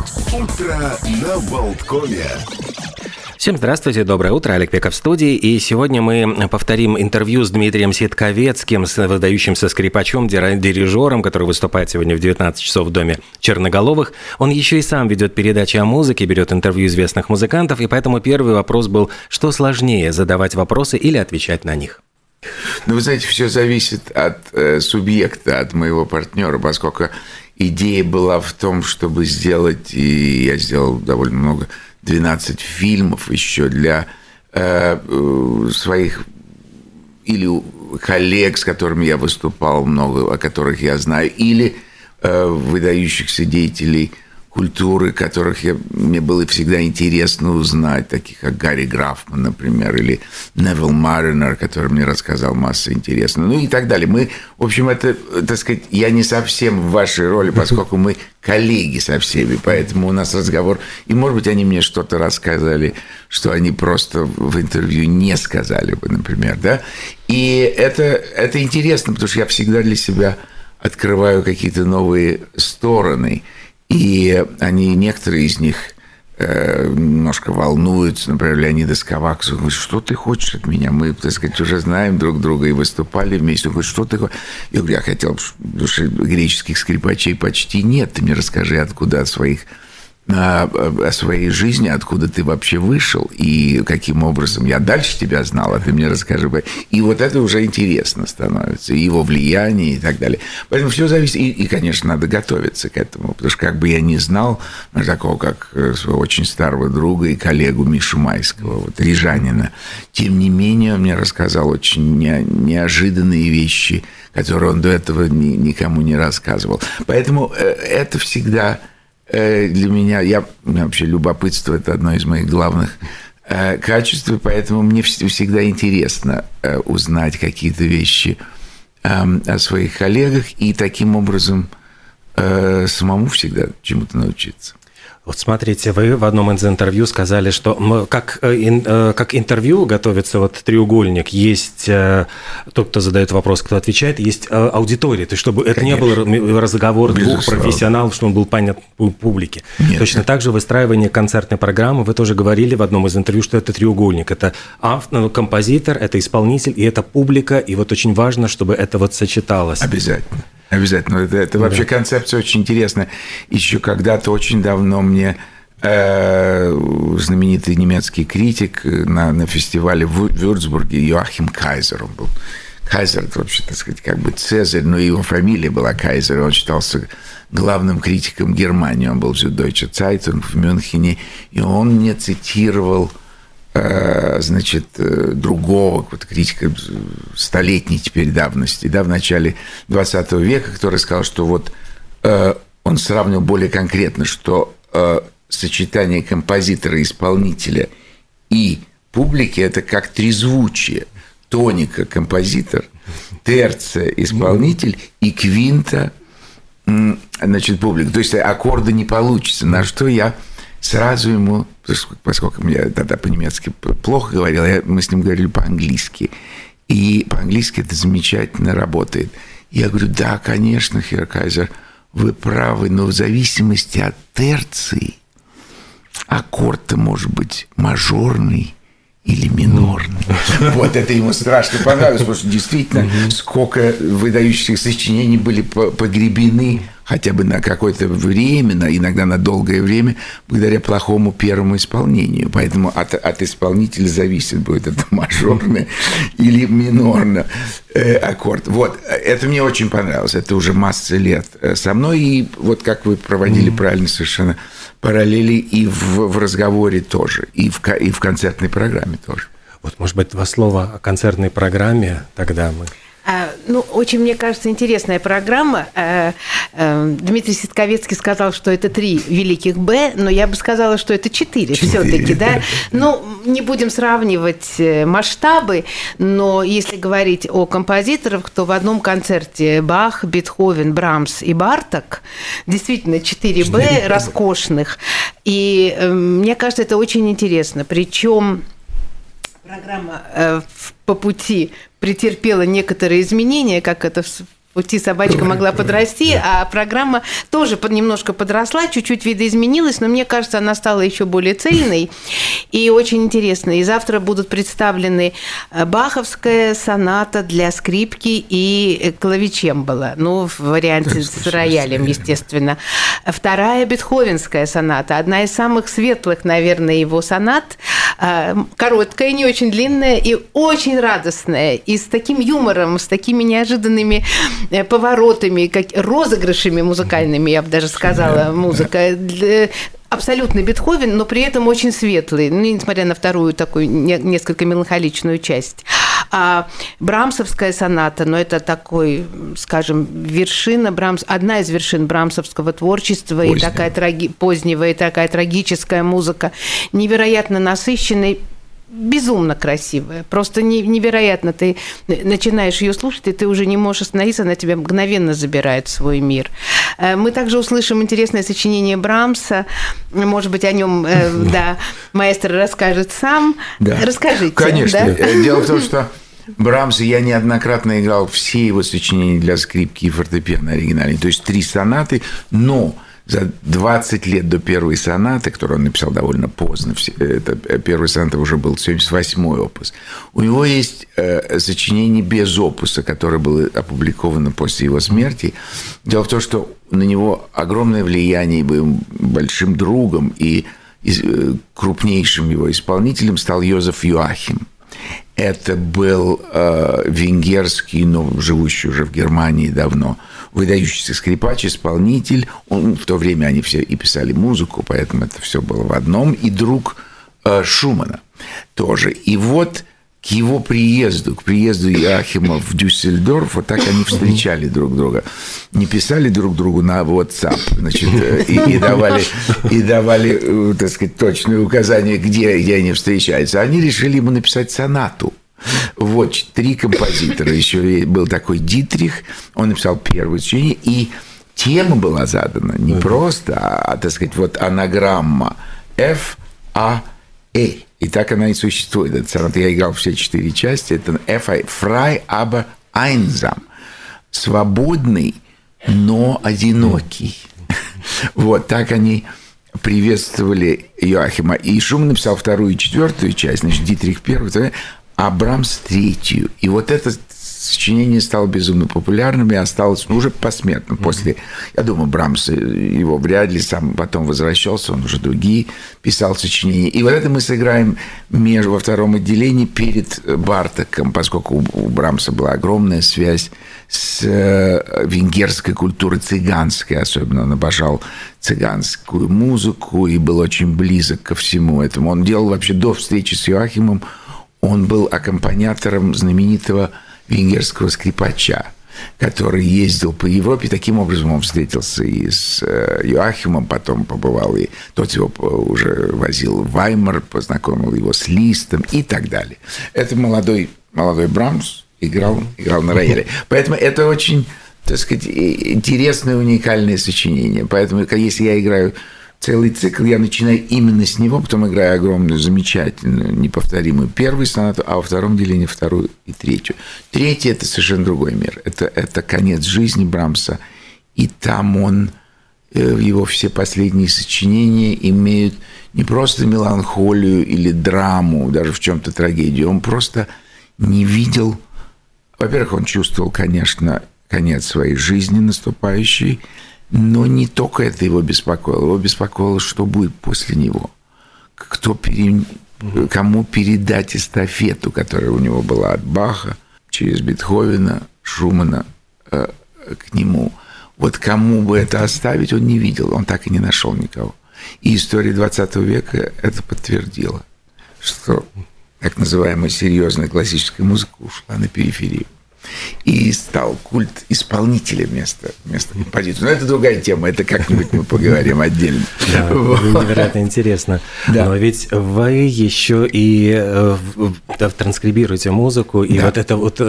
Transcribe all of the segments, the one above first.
Утро на Болткоме. Всем здравствуйте, доброе утро, Олег Пеков в студии. И сегодня мы повторим интервью с Дмитрием Ситковецким, с выдающимся скрипачом, дирижером, который выступает сегодня в 19 часов в Доме Черноголовых. Он еще и сам ведет передачи о музыке, берет интервью известных музыкантов, и поэтому первый вопрос был, что сложнее, задавать вопросы или отвечать на них? Ну, вы знаете, все зависит от субъекта, от моего партнера, поскольку идея была в том, чтобы сделать, и я сделал довольно много, 12 фильмов еще для своих или коллег, с которыми я выступал много, о которых я знаю, или выдающихся деятелей культуры, которых мне было всегда интересно узнать, таких как Гарри Графман, например, или Невил Маринер, который мне рассказал массу интересного, ну и так далее. Мы, в общем, это, так сказать, я не совсем в вашей роли, поскольку мы коллеги со всеми, поэтому у нас разговор, и, может быть, они мне что-то рассказали, что они просто в интервью не сказали бы, например, да, и это интересно, потому что я всегда для себя открываю какие-то новые стороны. И некоторые из них немножко волнуются. Например, Леонид Сковакс говорит, что ты хочешь от меня? Мы, так сказать, уже знаем друг друга и выступали вместе. Он говорит, что ты хочешь? Я говорю, я хотел, потому что греческих скрипачей почти нет. Ты мне расскажи, откуда о своей жизни, откуда ты вообще вышел, и каким образом я дальше тебя знал, а ты мне расскажи. И вот это уже интересно становится, и его влияние, и так далее. Поэтому все зависит, и, конечно, надо готовиться к этому, потому что как бы я не знал, такого, как своего очень старого друга и коллегу Мишу Майского, вот, рижанина, тем не менее он мне рассказал очень неожиданные вещи, которые он до этого никому не рассказывал. Поэтому это всегда... Для меня, вообще любопытство – это одно из моих главных качеств, поэтому мне всегда интересно узнать какие-то вещи о своих коллегах и таким образом самому всегда чему-то научиться. Вот смотрите, вы в одном из интервью сказали, что как интервью готовится вот треугольник, есть тот, кто задает вопрос, кто отвечает, есть аудитория, то есть чтобы это не был разговор двух профессионалов, чтобы он был понятен публике. Нет, точно так же выстраивание концертной программы, вы тоже говорили в одном из интервью, что это треугольник, это композитор, это исполнитель и это публика, и вот очень важно, чтобы это вот сочеталось. Обязательно. Обязательно. Это вообще концепция очень интересная. Еще когда-то очень давно мне знаменитый немецкий критик на фестивале в Вюрцбурге Йоахим Кайзер, он был. Кайзер, это вообще, так сказать, как бы Цезарь, но его фамилия была Кайзер, он считался главным критиком Германии, он был в Süddeutsche Zeitung в Мюнхене, и он мне цитировал значит, другого критика столетней теперь давности, в начале 20 века, который сказал, что вот он сравнил более конкретно, что сочетание композитора, исполнителя и публики – это как трезвучие. Тоника – композитор, терция – исполнитель и квинта – значит, публика. То есть аккорда не получится, на что я сразу ему, поскольку я тогда по-немецки плохо говорил, мы с ним говорили по-английски. И по-английски это замечательно работает. Я говорю, да, конечно, Херр Кайзер, вы правы, но в зависимости от терции аккорд-то может быть мажорный или минорный. Вот это ему страшно понравилось, потому что действительно сколько выдающихся сочинений были погребены хотя бы на какое-то время, иногда на долгое время, благодаря плохому первому исполнению. Поэтому от исполнителя зависит, будет это мажорный или минорный аккорд. Вот, это мне очень понравилось. Это уже масса лет со мной. И вот как вы проводили правильно совершенно параллели и в разговоре тоже, и в концертной программе тоже. Вот, может быть, два слова о концертной программе тогда мы... Ну, очень, мне кажется, интересная программа. Дмитрий Ситковецкий сказал, что это 3 великих «Б», но я бы сказала, что это 4 все-таки, да. Ну, не будем сравнивать масштабы, но если говорить о композиторах, то в одном концерте Бах, Бетховен, Брамс и Барток действительно 4 «Б» роскошных. И мне кажется, это очень интересно. Причем программа по пути претерпела некоторые изменения, как это пути собачка могла подрасти, а программа тоже немножко подросла, чуть-чуть видоизменилась, но мне кажется, она стала еще более цельной и очень интересной. И завтра будут представлены баховская соната для скрипки и клавичембала, ну, в варианте с роялем, естественно. Вторая бетховенская соната, одна из самых светлых, наверное, его сонат, короткая, не очень длинная и очень радостная, и с таким юмором, с такими неожиданными поворотами, розыгрышами музыкальными, я бы даже сказала, музыка. Абсолютно Бетховен, но при этом очень светлый, ну, несмотря на вторую такую несколько меланхоличную часть. А брамсовская соната, ну, это такой, скажем, вершина одна из вершин брамсовского творчества, и такая позднего, и такая трагическая музыка, невероятно насыщенная, безумно красивая, просто невероятно. Ты начинаешь ее слушать, и ты уже не можешь остановиться, она тебя мгновенно забирает в свой мир. Мы также услышим интересное сочинение Брамса, может быть, о нем, да, маэстро расскажет сам. Да. Расскажите. Конечно. Да? Дело в том, что Брамса я неоднократно играл все его сочинения для скрипки и фортепиано оригинальные, то есть 3 сонаты, но за 20 лет до первой сонаты, которую он написал довольно поздно, первая соната уже был 78-й опус, у него есть сочинение без опуса, которое было опубликовано после его смерти. Дело в том, что на него огромное влияние, был большим другом и крупнейшим его исполнителем стал Йозеф Йоахим. Это был венгерский, но живущий уже в Германии давно, выдающийся скрипач, исполнитель. В то время они все и писали музыку, поэтому это все было в одном. И друг Шумана тоже. И вот к его приезду, Йоахима в Дюссельдорф, вот так они встречали друг друга. Не писали друг другу на WhatsApp, значит, и давали, так сказать, точные указания, где они встречаются. Они решили ему написать сонату. Вот 3 композитора. Еще был такой Дитрих, он написал первое сочинение, и тема была задана не просто, а, так сказать, вот анаграмма F-A-E. И так она и существует. Эта соната, я играл все 4 части. Это F-A-E. Frei, aber einsam. Свободный, но одинокий. Вот так они приветствовали Йоахима. И Шуман написал 2-ю и 4-ю часть, значит, Дитрих 1-ю, а Брамс 3-ю. И вот это сочинение стало безумно популярным и осталось уже посмертно. После, я думаю, Брамс его вряд ли сам потом возвращался, он уже другие писал сочинения. И вот это мы сыграем во 2-м отделении перед Бартоком, поскольку у Брамса была огромная связь с венгерской культурой, цыганской особенно. Он обожал цыганскую музыку и был очень близок ко всему этому. Он делал вообще до встречи с Йоахимом, он был аккомпанятором знаменитого венгерского скрипача, который ездил по Европе. Таким образом он встретился и с Йоахимом, потом побывал, и тот его уже возил в Ваймар, познакомил его с Листом и так далее. Это молодой Брамс играл на рояле. Поэтому это очень, так сказать, интересное, уникальное сочинение. Поэтому, если я играю целый цикл, я начинаю именно с него, потом играю огромную, замечательную, неповторимую 1-ю сонату, а во 2-м отделении 2-ю и 3-ю. 3-я – это совершенно другой мир. Это конец жизни Брамса, и там его все последние сочинения имеют не просто меланхолию или драму, даже в чем-то трагедию. Он просто не видел... Во-первых, он чувствовал, конечно, конец своей жизни наступающий, но не только это его беспокоило. Его беспокоило, что будет после него. Кому передать эстафету, которая у него была от Баха через Бетховена, Шумана к нему. Вот кому бы это оставить, он не видел. Он так и не нашел никого. И история 20 века это подтвердила, что так называемая серьезная классическая музыка ушла на периферию. И стал культ исполнителя вместо композитора. Но это другая тема, это как-нибудь мы поговорим отдельно. Да, невероятно интересно. Да. Но ведь вы еще и транскрибируете музыку, и вот это вот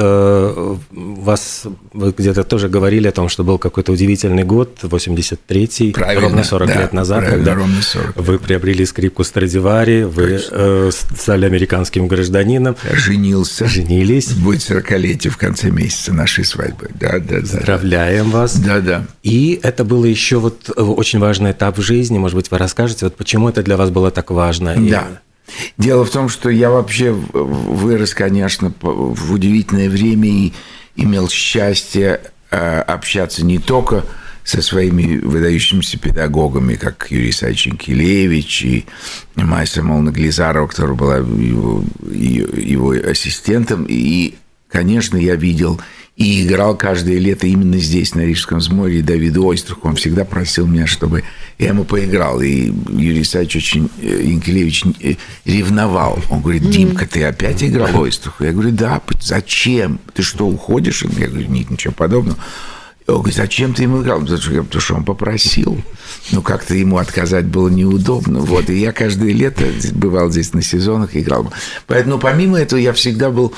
вы где-то тоже говорили о том, что был какой-то удивительный год, 83-й, ровно 40 лет назад, когда вы приобрели скрипку Страдивари, вы стали американским гражданином. Женился. Женились. Будет 40-летие в конце конце месяца нашей свадьбы. Да. Поздравляем вас. Да. И это было еще вот очень важный этап в жизни. Может быть, вы расскажете, вот почему это для вас было так важно? Да. Дело в том, что я вообще вырос, конечно, в удивительное время и имел счастье общаться не только со своими выдающимися педагогами, как Юрий Исаевич Инкелевич и Майя Самойловна Глизарова, которая была его ассистентом. И, конечно, я видел и играл каждое лето именно здесь, на Рижском взморье, Давиду Ойстраху. Он всегда просил меня, чтобы я ему поиграл. И Юрий Исаевич Инкелевич ревновал. Он говорит: Димка, ты опять играл Ойстраху? Я говорю: да. Зачем? Ты что, уходишь? Я говорю: нет, ничего подобного. Он говорит: зачем ты ему играл? Потому что он попросил. Ну, как-то ему отказать было неудобно. Вот. И я каждое лето бывал здесь на сезонах, играл. Поэтому, помимо этого, я всегда был...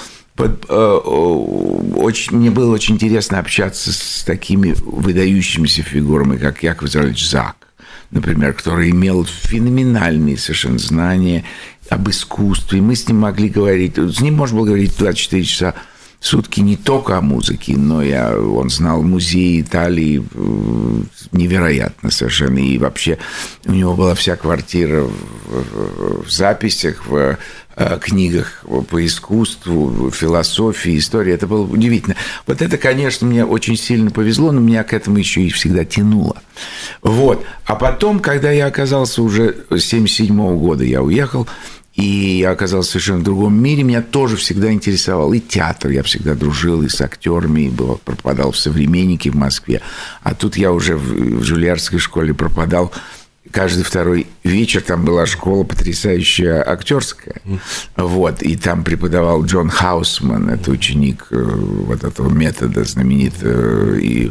Мне было очень интересно общаться с такими выдающимися фигурами, как Яков Израилевич Зак, например, который имел феноменальные совершенно знания об искусстве. Мы с ним могли говорить... С ним можно было говорить 24 часа в сутки не только о музыке, но он знал музеи Италии невероятно совершенно. И вообще у него была вся квартира в записях, в книгах по искусству, философии, истории. Это было удивительно. Вот это, конечно, мне очень сильно повезло, но меня к этому еще и всегда тянуло. Вот. А потом, когда я оказался уже с 1977 года, я уехал, и я оказался совершенно в другом мире, меня тоже всегда интересовал и театр. Я всегда дружил и с актерами, и пропадал в «Современнике» в Москве. А тут я уже в Жульярдской школе пропадал. Каждый второй вечер там была школа потрясающая актерская. Вот, и там преподавал Джон Хаусман, это ученик вот этого метода знаменитого, и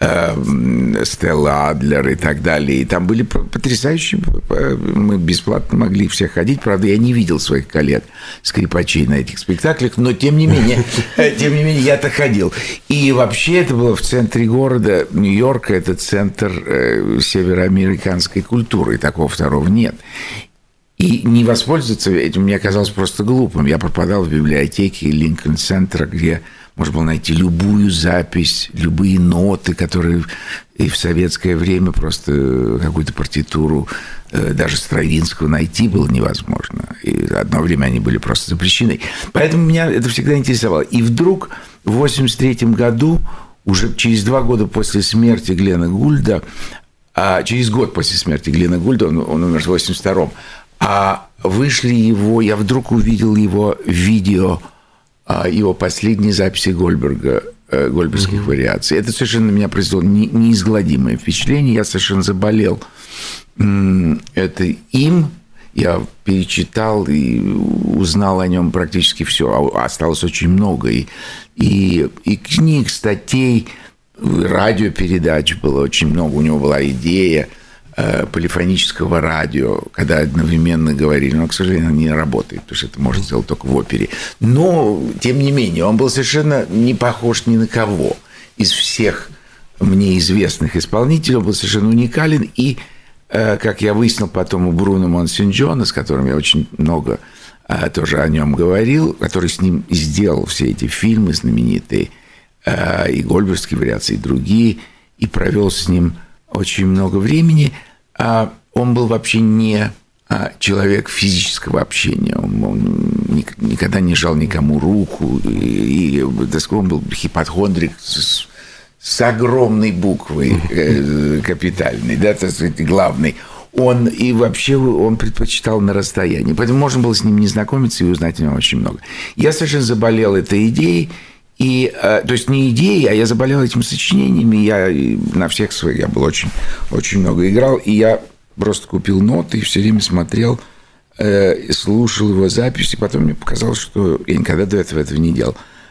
Стелла Адлер и так далее. И там были потрясающие, мы бесплатно могли все ходить. Правда, я не видел своих коллег скрипачей на этих спектаклях, но тем не менее я-то ходил. И вообще это было в центре города Нью-Йорка, это центр североамериканской культуры, и такого второго нет. И не воспользоваться этим мне казалось просто глупым. Я пропадал в библиотеке Линкольн-центра, где можно было найти любую запись, любые ноты, которые и в советское время просто какую-то партитуру даже Стравинского найти было невозможно. И одно время они были просто запрещены. Поэтому меня это всегда интересовало. И вдруг в 1983 году, уже через 2 года после смерти Глена Гульда, через год после смерти Глена Гульда, он умер в 1982-м, вышли его, я вдруг увидел его видео, его последней записи Гольберга, гольбергских вариаций. Это совершенно на меня произвело неизгладимое впечатление. Я совершенно заболел это им. Я перечитал и узнал о нем практически все. Осталось очень много. И книг, статей, радиопередач было очень много. У него была идея полифонического радио, когда одновременно говорили, но, к сожалению, не работает, потому что это можно сделать только в опере. Но, тем не менее, он был совершенно не похож ни на кого из всех мне известных исполнителей. Он был совершенно уникален. И, как я выяснил потом у Бруно Монсенджона, с которым я очень много тоже о нем говорил, который с ним сделал все эти фильмы знаменитые, и гольбергские вариации, и другие, и провел с ним очень много времени. Он был вообще не человек физического общения. Он никогда не жал никому руку. И он был хипохондрик с огромной буквой капитальной, да, так сказать, главной. И вообще он предпочитал на расстоянии. Поэтому можно было с ним не знакомиться и узнать о нем очень много. Я совершенно заболел этой идеей. То есть не идеей, а я заболел этими сочинениями. Я на всех своих, я был очень, очень много играл. И я просто купил ноты и все время смотрел, слушал его записи. Потом мне показалось, что я никогда до этого не делал.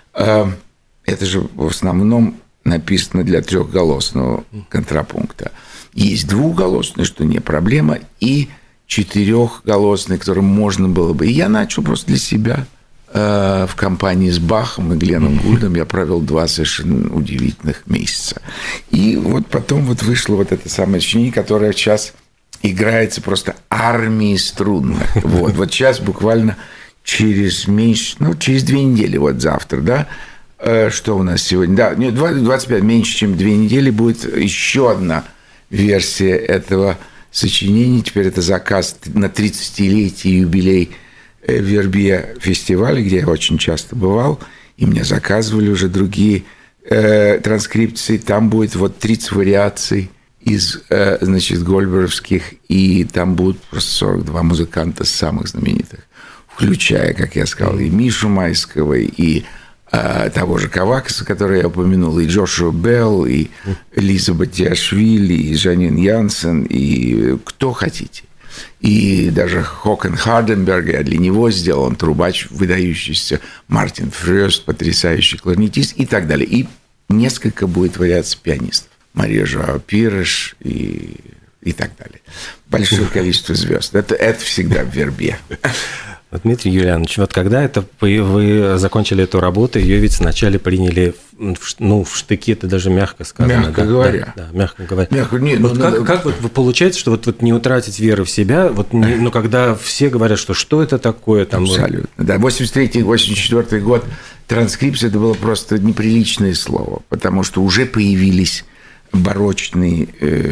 Это же в основном написано для трехголосного контрапункта. Есть двухголосный, что не проблема, и четырехголосный, которым можно было бы. И я начал просто для себя. В компании с Бахом и Гленом Гульдом я провел 2 совершенно удивительных месяца. И вот потом вот вышло вот это самое сочинение, которое сейчас играется просто армией струнных. Вот сейчас буквально через месяц, через 2 недели, вот завтра, да, Что у нас сегодня? Да, 25, меньше, чем 2 недели будет еще одна версия этого сочинения. Теперь это заказ на 30-летие юбилей Вербье фестиваля, где я очень часто бывал, и мне заказывали уже другие транскрипции. Там будет вот 30 вариаций из, значит, гольберовских, и там будут просто 42 музыканта самых знаменитых, включая, как я сказал, и Мишу Майского, и того же Кавакаса, который я упомянул, и Джошуа Белл, и Лиза Батиашвили, и Жанин Янсен, и кто хотите. И даже Хокон Харденберг, я для него сделал, он трубач выдающийся, Мартин Фрёст, потрясающий кларнетист и так далее. И несколько будет вариаций пианистов. Мария Жоао Пиреш и так далее. Большое количество звезд. Это всегда в Вербье. Дмитрий Юлианович, вот когда вы закончили эту работу, ее ведь вначале приняли, в штыки, это даже мягко сказано. Мягко говоря. Да, мягко говоря. Нет, вот как вот получается, что вот не утратить веру в себя, когда все говорят, что это такое? Там... Абсолютно. Да, 83-84 год транскрипция – это было просто неприличное слово, потому что уже появились барочные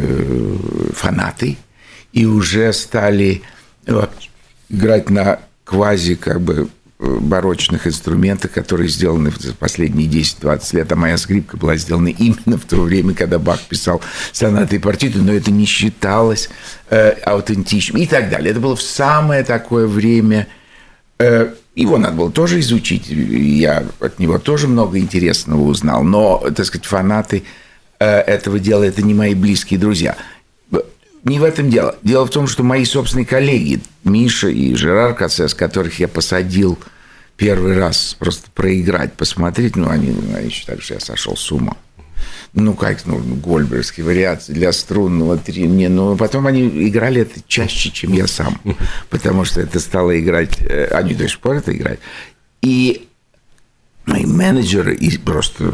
фанаты и уже стали играть на квази барочных инструментах, которые сделаны за последние 10-20 лет, а моя скрипка была сделана именно в то время, когда Бах писал сонаты и партиты, но это не считалось аутентичным и так далее. Это было в самое такое время. Его надо было тоже изучить, я от него тоже много интересного узнал, но, так сказать, фанаты этого дела – это не мои близкие друзья. Не в этом дело. Дело в том, что мои собственные коллеги, Миша и Жерар Кассес, которых я посадил первый раз просто проиграть, посмотреть, они считали, что я сошел с ума. Гольберовские вариации для струнного трио. Потом они играли это чаще, чем я сам, потому что это стало играть, они до сих пор это играют. И мои менеджеры просто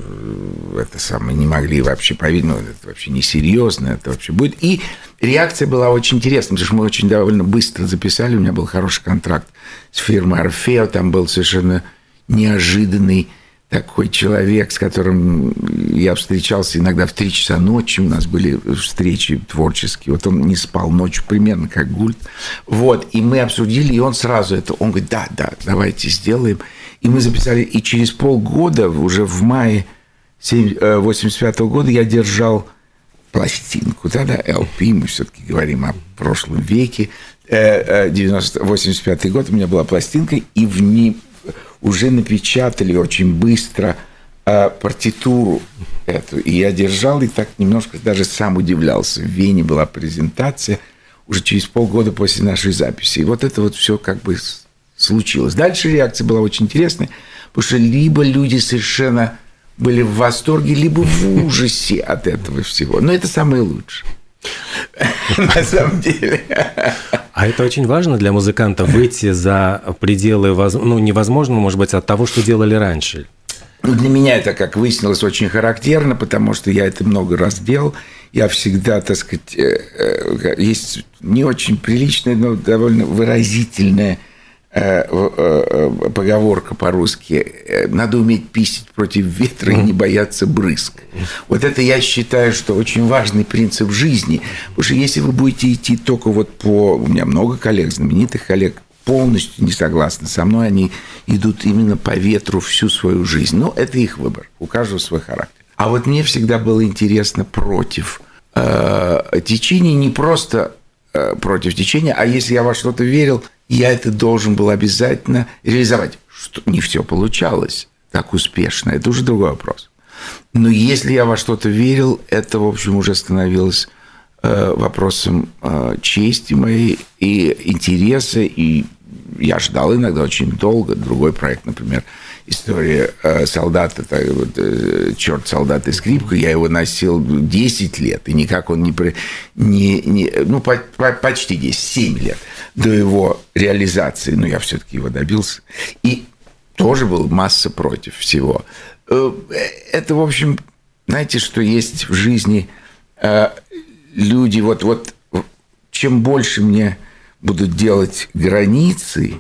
не могли вообще поверить, это вообще несерьезно, это вообще будет. И реакция была очень интересная, потому что мы очень довольно быстро записали, у меня был хороший контракт с фирмой Орфео, там был совершенно неожиданный такой человек, с которым я встречался иногда в 3 часа ночи, у нас были встречи творческие, вот он не спал ночью примерно как Гульд, и мы обсудили, и он сразу он говорит, да, давайте сделаем, и мы записали, и через полгода, уже в мае 1985 года я держал пластинку, LP, мы все-таки говорим о прошлом веке, 85 год у меня была пластинка, и в ней уже напечатали очень быстро партитуру эту. И я держал, и так немножко даже сам удивлялся. В Вене была презентация уже через полгода после нашей записи. И это все случилось. Дальше реакция была очень интересная, потому что либо люди совершенно были в восторге, либо в ужасе от этого всего. Но это самое лучшее. На самом деле. А это очень важно для музыканта выйти за пределы невозможного, может быть, от того, что делали раньше. Для меня это, как выяснилось, очень характерно, потому что я это много раз делал. Я всегда, так сказать, есть не очень приличная, но довольно выразительная поговорка по-русски. Надо уметь писать против ветра и не бояться брызг. Это я считаю, что очень важный принцип жизни. Потому что если вы будете идти только по... У меня много коллег, знаменитых коллег, полностью не согласны со мной. Они идут именно по ветру всю свою жизнь. Но это их выбор. У каждого свой характер. А мне всегда было интересно против течения. Не просто против течения, а если я во что-то верил, я это должен был обязательно реализовать. Что не все получалось так успешно, это уже другой вопрос. Но если я во что-то верил, это, в общем, уже становилось вопросом чести моей и интереса, и я ждал иногда очень долго. Другой проект, например, история солдата, «Черт, солдат и скрипка», я его носил 10 лет, и никак он почти 10, 7 лет до его реализации, но я все-таки его добился. И тоже была масса против всего. Это, в общем, знаете, что есть в жизни люди, чем больше мне будут делать границы,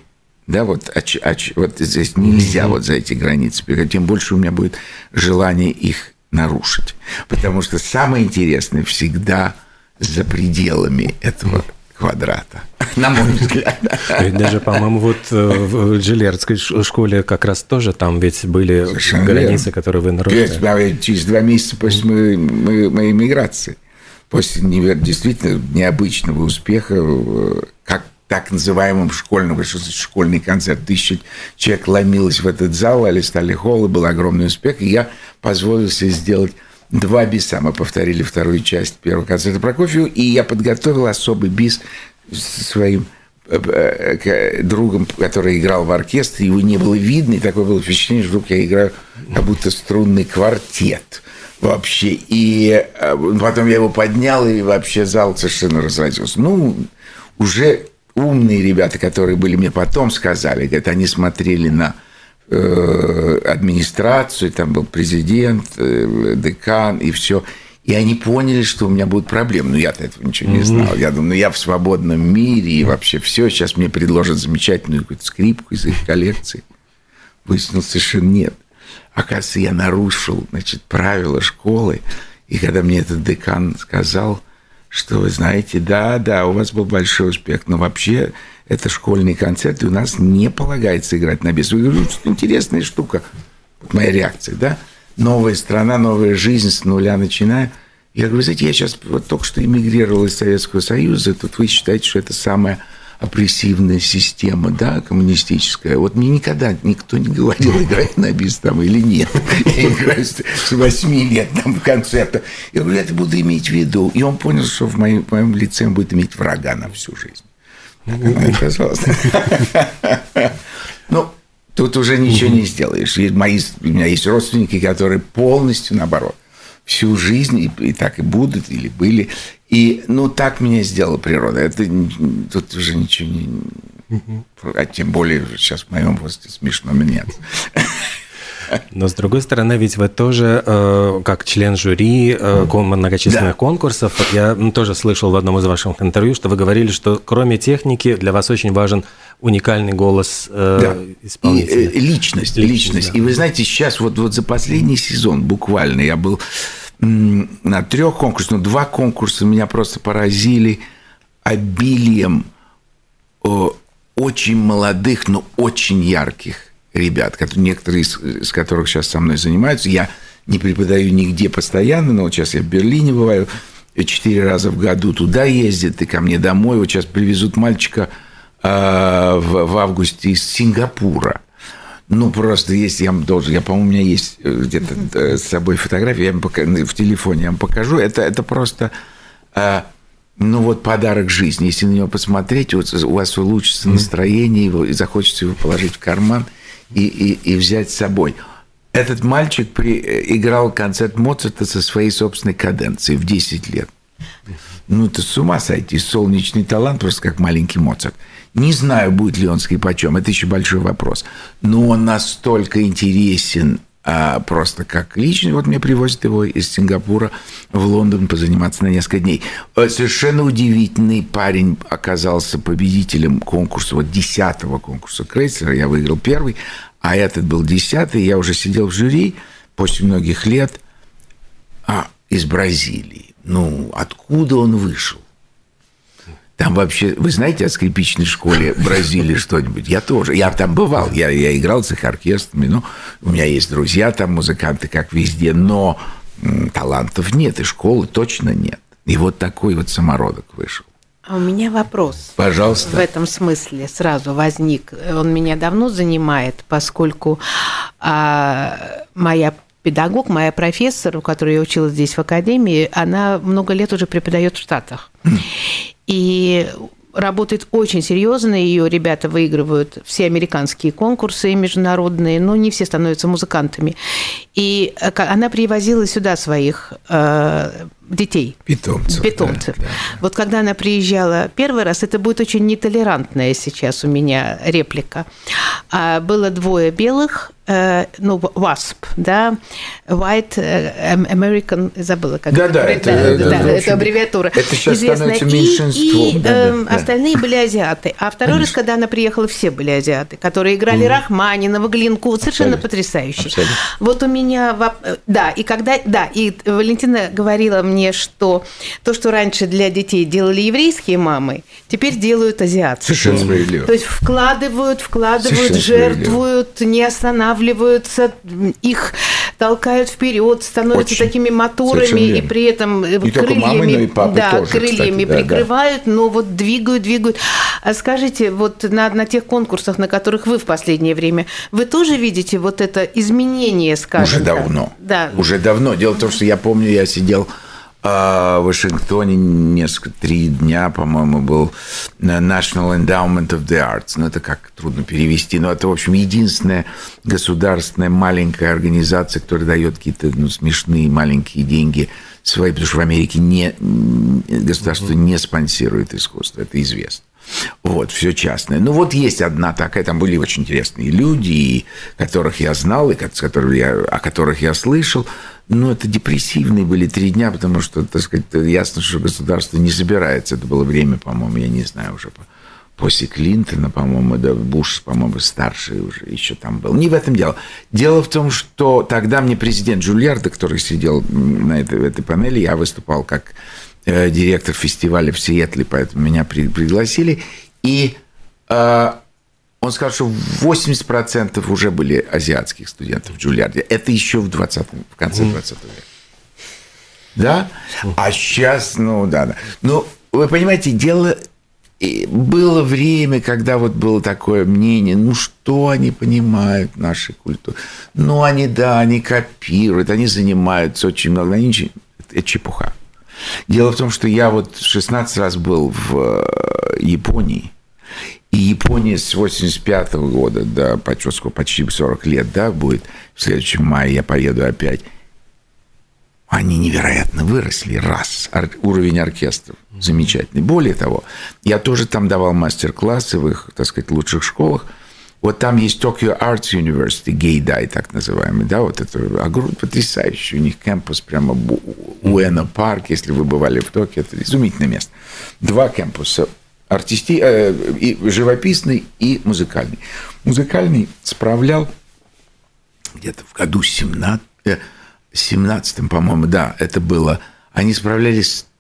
Да, вот здесь нельзя вот за эти границы переходить, тем больше у меня будет желание их нарушить. Потому что самое интересное всегда за пределами этого квадрата, на мой взгляд. Даже, по-моему, вот в Джильярдской школе как раз тоже там ведь были совершенно границы, которые вы нарушили. Через 2 месяца после моей миграции, после действительно необычного успеха, как так называемым школьный концерт. 1000 человек ломилось в этот зал, Алистали Холл, и был огромный успех. И я позволил себе сделать 2 биса. Мы повторили вторую часть первого концерта Прокофьева, и я подготовил особый бис со своим другом, который играл в оркестре. Его не было видно, и такое было впечатление, что вдруг я играю как будто струнный квартет вообще. И потом я его поднял, и вообще зал совершенно разразился. Ну, уже умные ребята, которые были, мне потом сказали, говорят, они смотрели на администрацию, там был президент, декан и все, и они поняли, что у меня будут проблемы. Но я-то этого ничего не знал. Я думаю, я в свободном мире, и вообще все. Сейчас мне предложат замечательную какую-то скрипку из их коллекции. Выяснилось, совершенно нет. Оказывается, я нарушил, правила школы, и когда мне этот декан сказал, что, вы знаете, да, у вас был большой успех, но вообще это школьный концерт, и у нас не полагается играть на бис. Я говорю, что интересная штука. Вот моя реакция, да? Новая страна, новая жизнь, с нуля начинаю. Я говорю, знаете, я сейчас вот только что эмигрировал из Советского Союза, тут вы считаете, что это самая опрессивная система, да, коммунистическая. Вот мне никогда никто не говорил, играть на бис там или нет. Я играю с 8 лет там в концертах. Я говорю, я это буду иметь в виду. И он понял, что в моем лице он будет иметь врага на всю жизнь. Так оно и оказалось. Ну, тут уже ничего не сделаешь. У меня есть родственники, которые полностью наоборот. Всю жизнь и так и будут, или были. И, так меня сделала природа. Это тут уже ничего не... А тем более сейчас в моем возрасте смешно меняться. Но, с другой стороны, ведь вы тоже, как член жюри многочисленных конкурсов, я тоже слышал в одном из ваших интервью, что вы говорили, что кроме техники для вас очень важен уникальный голос исполнителя. И личность. Да. И вы знаете, сейчас вот за последний сезон буквально я был на 3 конкурсах, но 2 конкурса меня просто поразили обилием очень молодых, но очень ярких ребят, некоторые из которых сейчас со мной занимаются. Я не преподаю нигде постоянно, но вот сейчас я в Берлине бываю 4 раза в году, туда ездят и ко мне домой. Вот сейчас привезут мальчика в августе из Сингапура. Просто есть, по-моему, у меня есть где-то с собой фотография, в телефоне я вам покажу. Это просто, подарок жизни. Если на него посмотреть, у вас улучшится настроение, и захочется его положить в карман и взять с собой. Этот мальчик играл концерт Моцарта со своей собственной каденцией в 10 лет. Это с ума сойти. Солнечный талант, просто как маленький Моцарт. Не знаю, будет ли он скрипачом, это еще большой вопрос. Но он настолько интересен просто как личный. Вот мне привозят его из Сингапура в Лондон позаниматься на несколько дней. Совершенно удивительный парень оказался победителем конкурса, 10-го конкурса Крейцлера. Я выиграл 1-й, а этот был 10-й. Я уже сидел в жюри после многих лет из Бразилии. Откуда он вышел? Там вообще, вы знаете о скрипичной школе Бразилии что-нибудь? Я тоже. Я там бывал. Я играл с их оркестрами. У меня есть друзья там, музыканты, как везде. Но талантов нет, и школы точно нет. И вот такой вот самородок вышел. А у меня вопрос. Пожалуйста. В этом смысле сразу возник. Он меня давно занимает, поскольку моя педагог, моя профессор, у которой я училась здесь в академии, она много лет уже преподает в Штатах. И работает очень серьезно, ее ребята выигрывают все американские конкурсы международные, но не все становятся музыкантами. И она привозила сюда своих детей. Питомцев. Да. Вот когда она приезжала первый раз, это будет очень нетолерантная сейчас у меня реплика. Было 2 белых, WASP, да, White American, забыла, как это аббревиатура. Это сейчас известная. Становится меньшинством. Остальные были азиаты. А второй раз, когда она приехала, все были азиаты, которые играли Рахманинова, Глинку, совершенно потрясающе. Вот у меня, и Валентина говорила мне, что то, что раньше для детей делали еврейские мамы, теперь делают азиатские. Совершенно справедливо. То есть вкладывают, жертвуют, не останавливаются, их толкают вперед, становятся такими моторами и при этом крыльями прикрывают, но вот двигают. А скажите, вот на тех конкурсах, на которых вы в последнее время, вы тоже видите вот это изменение, скажем так? Уже давно. Дело в том, что я помню, я сидел в Вашингтоне 3 дня, по-моему, был National Endowment of the Arts. Ну, это как трудно перевести. Но это, в общем, единственная государственная маленькая организация, которая дает какие-то смешные маленькие деньги свои, потому что в Америке государство не спонсирует искусство. Это известно. Вот, все частное. Ну, вот есть одна такая, там были очень интересные люди, которых я знал, и о которых я слышал. Но это депрессивные были 3 дня, потому что, так сказать, ясно, что государство не собирается. Это было время, по-моему, я не знаю, уже после Клинтона, по-моему, да, Буш, по-моему, старший уже еще там был. Не в этом дело. Дело в том, что тогда мне президент Джульярдо, который сидел на этой панели, я выступал как директор фестиваля в Сиэтле, поэтому меня пригласили. И он сказал, что 80% уже были азиатских студентов в Джульярде. Это еще в конце 20 века. Да? А сейчас, да. Ну, вы понимаете, было время, когда вот было такое мнение, что они понимают нашей культуры. Они копируют, они занимаются очень много. Это чепуха. Дело в том, что я 16 раз был в Японии. И Япония с 85 года до почти 40 лет, да, будет в следующем мае, я поеду опять. Они невероятно выросли. Уровень оркестров замечательный. Более того, я тоже там давал мастер-классы в их, так сказать, лучших школах. Вот там есть Tokyo Arts University, Гейдай, так называемый, да, вот это потрясающий у них кампус прямо Уэно Парк, если вы бывали в Токио, это изумительное место. 2 кампуса. Живописный и музыкальный. Музыкальный справлял где-то в году 17-м, по-моему, да, это было. Они справляли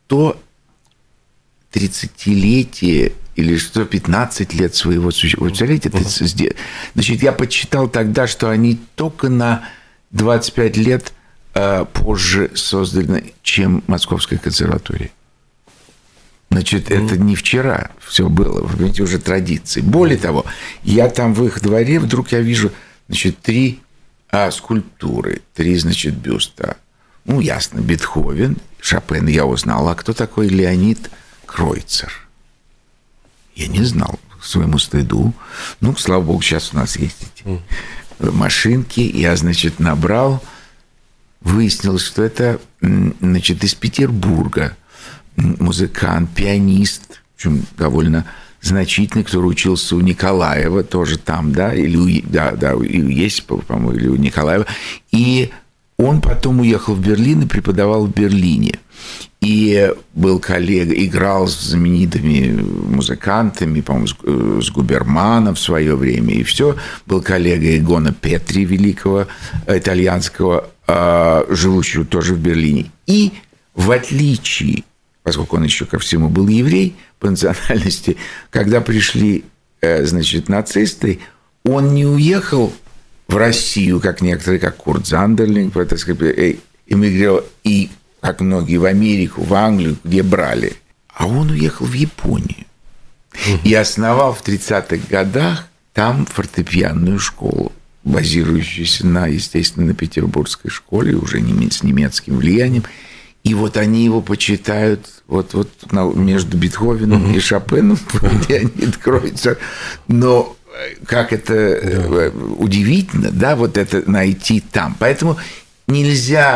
130-летие или 115 лет своего существования. Вы представляете? Значит, я подсчитал тогда, что они только на 25 лет позже созданы, чем Московская консерватория. Значит, это не вчера все было, вы понимаете, уже традиции. Более того, я там в их дворе, вдруг я вижу, 3 скульптуры, 3, бюста. Ясно, Бетховен, Шопен я узнал. А кто такой Леонид Кройцер? Я не знал, к своему стыду. Слава богу, сейчас у нас есть эти машинки. Я, набрал, выяснилось, что это, из Петербурга музыкант, пианист, причем довольно значительный, который учился у Николаева, тоже там, да, есть, по-моему, или у Николаева. И он потом уехал в Берлин и преподавал в Берлине. И был коллега, играл с знаменитыми музыкантами, по-моему, с Губерманом в свое время, и все. Был коллега Игона Петри, великого итальянского, живущего тоже в Берлине. И в отличие, поскольку он еще ко всему был еврей по национальности, когда пришли, нацисты, он не уехал в Россию, как некоторые, как Курт Зандерлинг, так сказать, эмигрировал, и, как многие, в Америку, в Англию, где брали. А он уехал в Японию. И основал в 30-х годах там фортепианную школу, базирующуюся, естественно, на петербургской школе, уже с немецким влиянием. И вот они его почитают между Бетховеном и Шопеном, Леонид Кройцер. Но как это удивительно, да, вот это найти там. Поэтому нельзя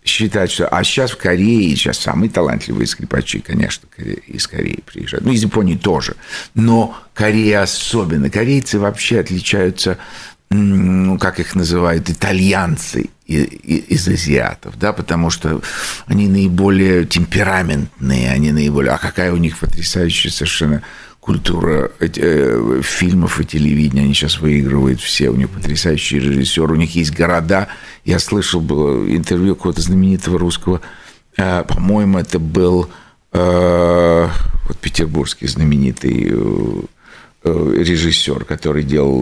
считать, что... А сейчас в Корее, сейчас самые талантливые скрипачи, конечно, из Кореи приезжают. Ну, из Японии тоже. Но Корея особенно. Корейцы вообще отличаются, ну, как их называют, итальянцы из азиатов, да, потому что они наиболее темпераментные, они наиболее... А какая у них потрясающая совершенно культура фильмов и телевидения. Они сейчас выигрывают все. У них потрясающий режиссер. У них есть города. Я слышал было интервью какого-то знаменитого русского. По-моему, это был вот петербургский знаменитый режиссер, который делал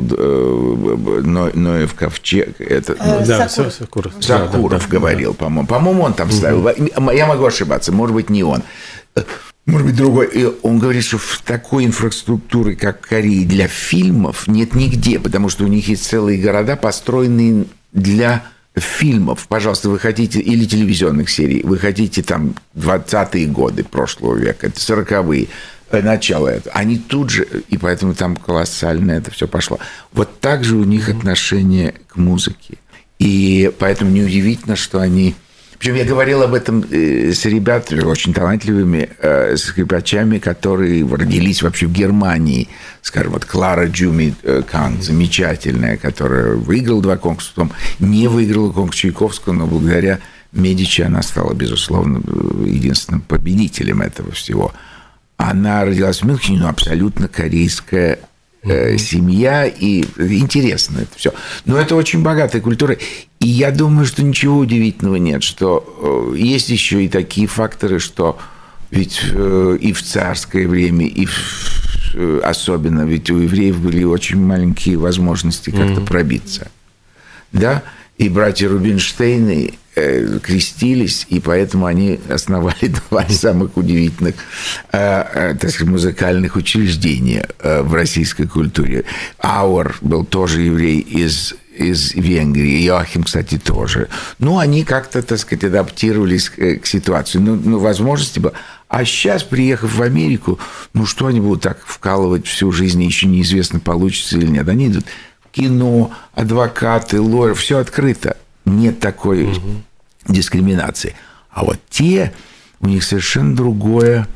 Ноев ковчег. Это, Сакуров говорил, по-моему. По-моему, он там ставил. Я могу ошибаться. Может быть, не он. Может быть, другой. И он говорит, что в такой инфраструктуре, как в Корее, для фильмов нет нигде, потому что у них есть целые города, построенные для фильмов. Пожалуйста, вы хотите, или телевизионных серий, вы хотите там 20-е годы прошлого века, это 40-е, начало этого. Они тут же, и поэтому там колоссально это все пошло. Вот так же у них отношение к музыке. И поэтому неудивительно, что они... Причем я говорил об этом с ребятами, очень талантливыми скрипачами, которые родились вообще в Германии. Скажем, вот Клара Джуми Кант, замечательная, которая выиграла 2 конкурса, потом не выиграла конкурс Чайковского, но благодаря Медичи она стала, безусловно, единственным победителем этого всего. Она родилась в Мюнхене, но абсолютно корейская семья, и интересно это все. Но это очень богатая культура, и я думаю, что ничего удивительного нет, что есть еще и такие факторы, что ведь и в царское время, и особенно, ведь у евреев были очень маленькие возможности как-то пробиться. Да? И братья Рубинштейны крестились, и поэтому они основали 2 самых удивительных, так сказать, музыкальных учреждения в российской культуре. Ауэр был тоже еврей из Венгрии, Йоахим, кстати, тоже. Ну, они как-то, так сказать, адаптировались к ситуации. Ну, возможности было. А сейчас, приехав в Америку, ну, что они будут так вкалывать всю жизнь, еще неизвестно, получится или нет. Они идут в кино, адвокаты, лоеры, все открыто. Нет такой дискриминации. А вот у них совершенно другая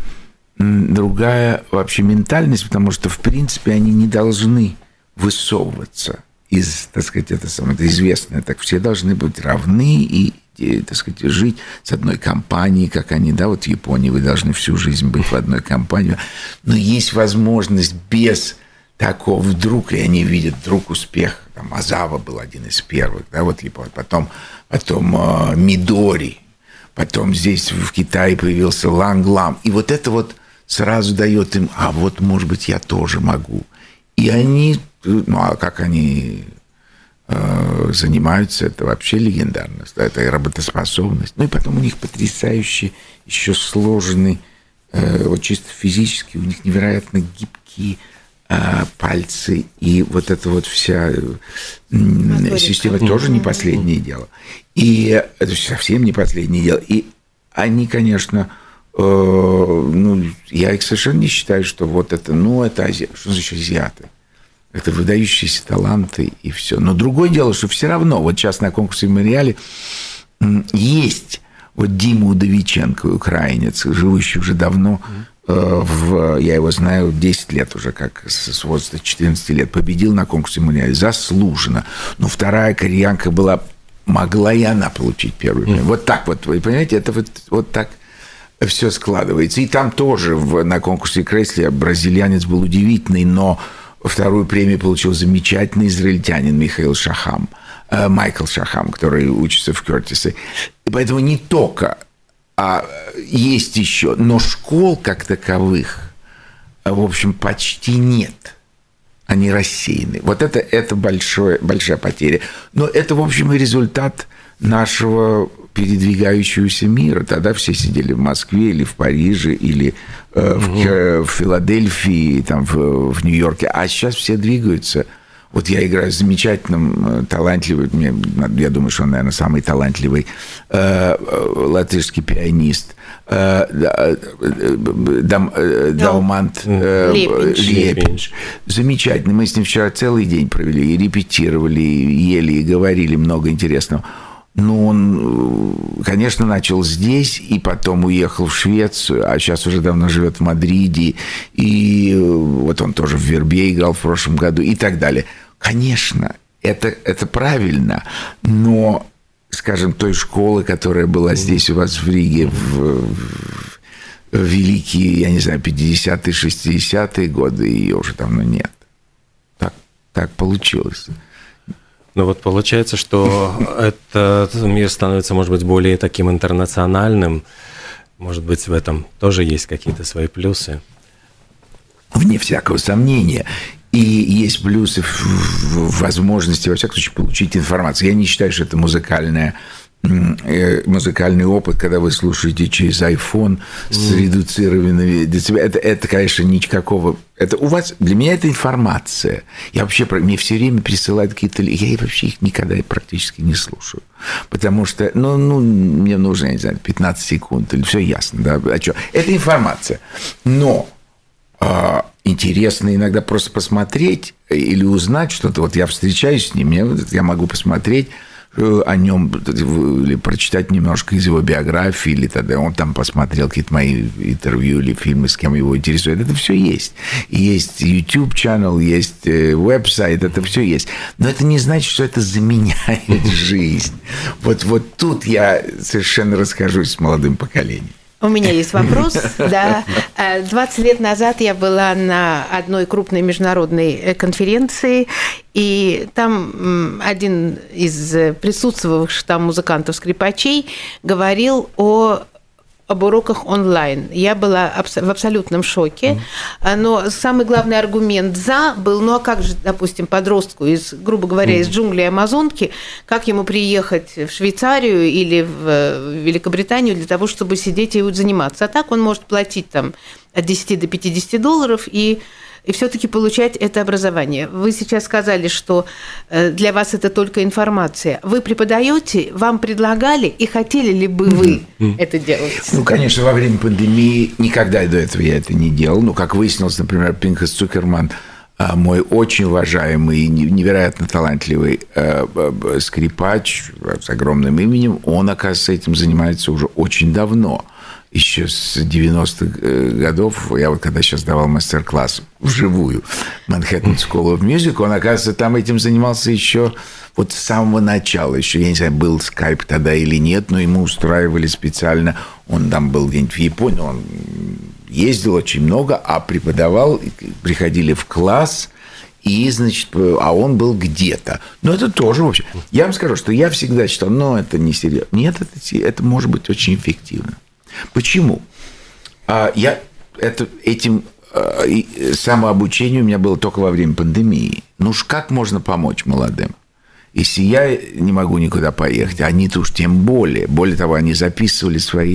вообще ментальность, потому что, в принципе, они не должны высовываться из, так сказать, это известное. Так все должны быть равны и, так сказать, жить с одной компанией, как они, да, вот в Японии вы должны всю жизнь быть в одной компании. Но есть возможность без такого вдруг, и они видят вдруг успех. Там Азава был один из первых, да, вот потом Мидори, потом здесь в Китае появился Ланглам. И вот это вот сразу дает им, а вот, может быть, я тоже могу. И они, ну, а как они занимаются, это вообще легендарно. Это и работоспособность. Ну, и потом у них потрясающий, еще сложный, вот чисто физически, у них невероятно гибкие пальцы, и вот эта вот вся система тоже не последнее дело. И это совсем не последнее дело. И они, конечно, ну, я их совершенно не считаю, что вот это, ну, это азиаты. Что значит азиаты? Это выдающиеся таланты и все. Но другое дело, что все равно, вот сейчас на конкурсе в Монреале есть вот Дима Удовиченко, украинец, живущий уже давно я его знаю 10 лет уже, как с возраста 14 лет, победил на конкурсе Монреале, заслуженно. Но вторая кореянка была, могла и она получить первую премию. Вот так вот, вы понимаете, это вот так все складывается. И там тоже на конкурсе Кресли бразильянец был удивительный, но вторую премию получил замечательный израильтянин Майкл Шахам, который учится в Кёртисе. И поэтому не только... А есть еще, но школ как таковых, в общем, почти нет. Они рассеяны. Вот это большая потеря. Но это, в общем, и результат нашего передвигающегося мира. Тогда все сидели в Москве или в Париже, или в Филадельфии, там, в Нью-Йорке. А сейчас все двигаются. Вот я играю с замечательным, талантливым, я думаю, что он, наверное, самый талантливый латышский пианист Далмант Лепинш. Замечательный. Мы с ним вчера целый день провели, и репетировали, и ели, и говорили много интересного. Ну, он, конечно, начал здесь, и потом уехал в Швецию, а сейчас уже давно живет в Мадриде, и вот он тоже в Вербье играл в прошлом году, и так далее. Конечно, это правильно, но, скажем, той школы, которая была здесь у вас в Риге в великие, я не знаю, 50-е, 60-е годы, ее уже давно нет. Так получилось. Ну вот получается, что этот мир становится, может быть, более таким интернациональным. Может быть, в этом тоже есть какие-то свои плюсы. Вне всякого сомнения. И есть плюсы в возможности, во всяком случае, получить информацию. Я не считаю, что это музыкальный опыт, когда вы слушаете через iPhone с редуцированными децибелами. Это, конечно, никакого... Это у вас... Для меня это информация. Я вообще... Мне все время присылают какие-то... Я вообще их никогда практически не слушаю. Потому что, мне нужно, я не знаю, 15 секунд, или все ясно, да? А что? Это информация. Но интересно иногда просто посмотреть или узнать что-то. Вот я встречаюсь с ним, я могу посмотреть о нем или прочитать немножко из его биографии, или тогда он там посмотрел какие-то мои интервью или фильмы, с кем его интересует. Это все есть. И есть YouTube-канал, есть веб-сайт, это все есть. Но это не значит, что это заменяет жизнь. Вот тут я совершенно расхожусь с молодым поколением. У меня есть вопрос. Да. 20 лет назад я была на одной крупной международной конференции, и там один из присутствовавших там музыкантов-скрипачей говорил об уроках онлайн. Я была в абсолютном шоке, но самый главный аргумент «за» был, а как же, допустим, подростку, грубо говоря, из джунглей Амазонки, как ему приехать в Швейцарию или в Великобританию для того, чтобы сидеть и заниматься. А так он может платить там от 10 до $50 и все-таки получать это образование. Вы сейчас сказали, что для вас это только информация. Вы преподаете, вам предлагали, и хотели ли бы вы это делать? Ну, конечно, во время пандемии никогда до этого я это не делал. Ну, как выяснилось, например, Пинхас Цукерман, мой очень уважаемый, невероятно талантливый скрипач с огромным именем, он, оказывается, этим занимается уже очень давно. Еще с 90-х годов, я вот когда сейчас давал мастер-класс вживую Manhattan School of Music, он, оказывается, там этим занимался еще вот с самого начала. Еще, я не знаю, был скайп тогда или нет, но ему устраивали специально. Он там был где-нибудь в Японии, он ездил очень много, а преподавал, приходили в класс, и, значит, а он был где-то. Но это тоже, в общем... Я вам скажу, что я всегда считал, это не серьезно. Нет, это может быть очень эффективно. Почему? Этим самообучение у меня было только во время пандемии. Как можно помочь молодым? Если я не могу никуда поехать, они-то уж тем более. Более того, они записывали свои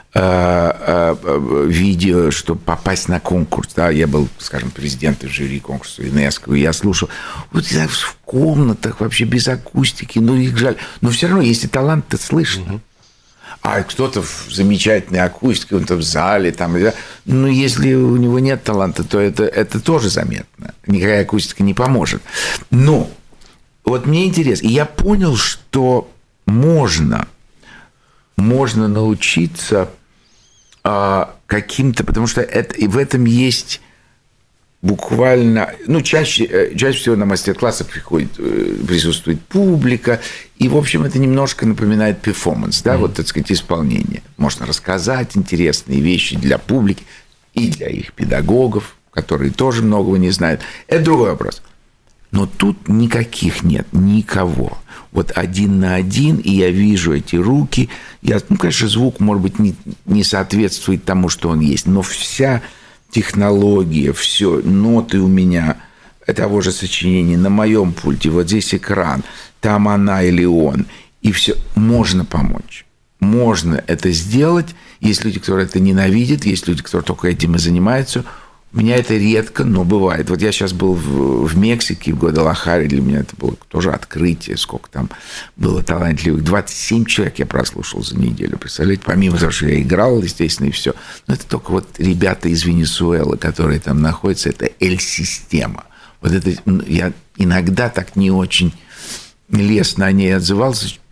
видео, чтобы попасть на конкурс. Да? Я был, скажем, президентом жюри конкурса ЮНЕСКО, и я слушал. Вот в комнатах вообще без акустики, их жаль. Но все равно, если талант-то слышно. А кто-то в замечательной акустике, он там в зале, если у него нет таланта, то это тоже заметно. Никакая акустика не поможет. Но вот мне интересно, и я понял, что можно научиться каким-то, потому что и в этом есть буквально, чаще всего на мастер-классах присутствует публика, и, в общем, это немножко напоминает перформанс, да, так сказать, исполнение. Можно рассказать интересные вещи для публики и для их педагогов, которые тоже многого не знают. Это другой вопрос. Но тут никаких нет, никого. Вот 1 на 1, и я вижу эти руки. Конечно, звук, может быть, не соответствует тому, что он есть, но вся технология, все, ноты у меня того же сочинения на моем пульте, вот здесь экран, там она или он, и все, можно помочь. Можно это сделать. Есть люди, которые это ненавидят, есть люди, которые только этим и занимаются. У меня это редко, но бывает. Вот я сейчас был в Мексике, в Гвадалахаре, для меня это было тоже открытие, сколько там было талантливых. 27 человек я прослушал за неделю, представляете? Помимо того, что я играл, естественно, и все. Но это только вот ребята из Венесуэлы, которые там находятся, это Эль-система. Вот это я иногда так не очень лестно о ней отзывался,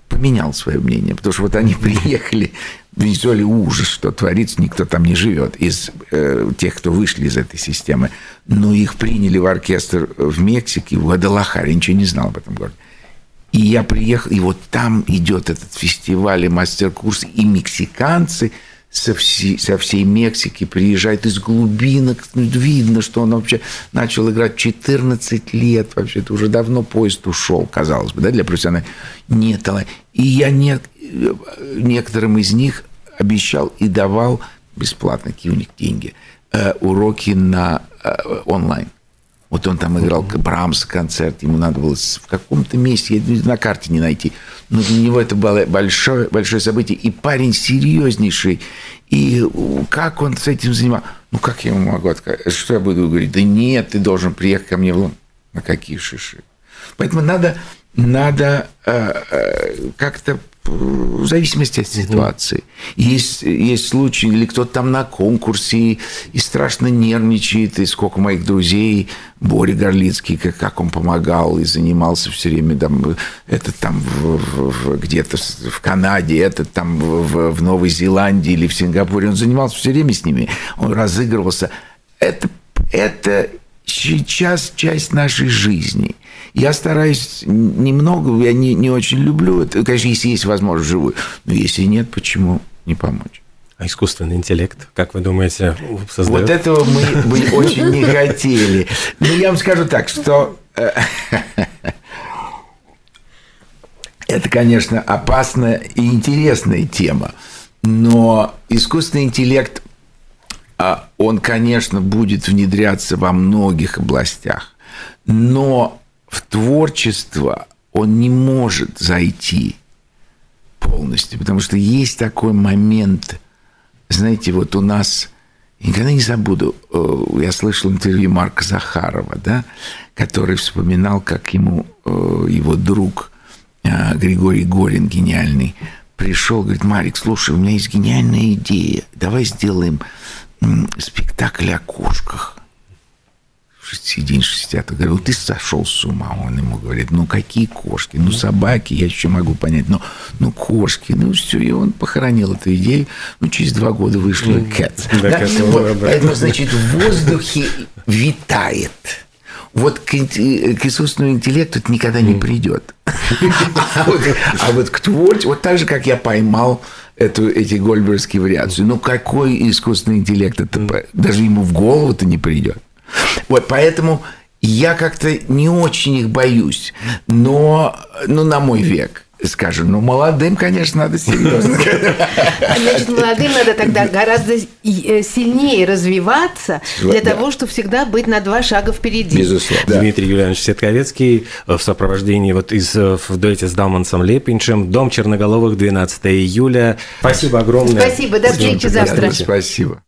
поменял свое мнение, потому что вот они приехали, в Венесуэле ужас, что творится, никто там не живет из тех, кто вышли из этой системы, но их приняли в оркестр в Мексике, в Гвадалахаре, ничего не знал об этом городе. И я приехал, и вот там идет этот фестиваль и мастер-курс, и мексиканцы со всей Мексики приезжают из глубинок. Видно, что он вообще начал играть 14 лет. Вообще-то уже давно поезд ушел, казалось бы, да, для профессионала. Нет, и я некоторым из них обещал и давал бесплатно, какие у них деньги, уроки на онлайн. Вот он там играл Брамс концерт, ему надо было в каком-то месте, я на карте не найти, но для него это было большое событие. И парень серьезнейший. И как он с этим занимался? Ну, как я ему могу отказать? Что я буду говорить? Да нет, ты должен приехать ко мне в Лондон. На какие шиши? Поэтому надо как-то в зависимости от ситуации. Есть случаи, или кто-то там на конкурсе и страшно нервничает, и сколько моих друзей, Боря Горлицкий, как он помогал и занимался все время, там, этот там где-то в Канаде, этот там в Новой Зеландии или в Сингапуре, он занимался все время с ними, он разыгрывался. Это сейчас часть нашей жизни. Я стараюсь немного, я не очень люблю это. Конечно, если есть возможность вживую. Но если нет, почему не помочь? А искусственный интеллект, как вы думаете, создает? Вот этого мы очень не хотели. Но я вам скажу так, что это, конечно, опасная и интересная тема. Но искусственный интеллект, он, конечно, будет внедряться во многих областях. Но в творчество он не может зайти полностью, потому что есть такой момент, знаете, вот у нас, никогда не забуду, я слышал интервью Марка Захарова, да, который вспоминал, как ему его друг Григорий Горин, гениальный, пришел, говорит: Марик, слушай, у меня есть гениальная идея, давай сделаем спектакль о кошках. День 60-х. Говорю, ты сошел с ума. Он ему говорит: ну, какие кошки? Ну, собаки, я еще могу понять. Ну, кошки. Ну, все. И он похоронил эту идею. Ну, через 2 года вышла Cats. Поэтому, значит, в воздухе витает. Вот к искусственному интеллекту это никогда не придет. А вот к творчеству, вот так же, как я поймал эти гольдбергские вариации. Ну, какой искусственный интеллект? Это даже ему в голову-то не придет. Вот, поэтому я как-то не очень их боюсь. Но на мой век, скажем, молодым, конечно, надо серьезно. Значит, молодым надо тогда гораздо сильнее развиваться для того, чтобы всегда быть на 2 шага впереди. Безусловно. Дмитрий Юлианович Ситковецкий в сопровождении в дуэте с Далмансом Лепинчем. Дом Черноголовых, 12 июля. Спасибо огромное. Спасибо, до встречи завтра. Спасибо.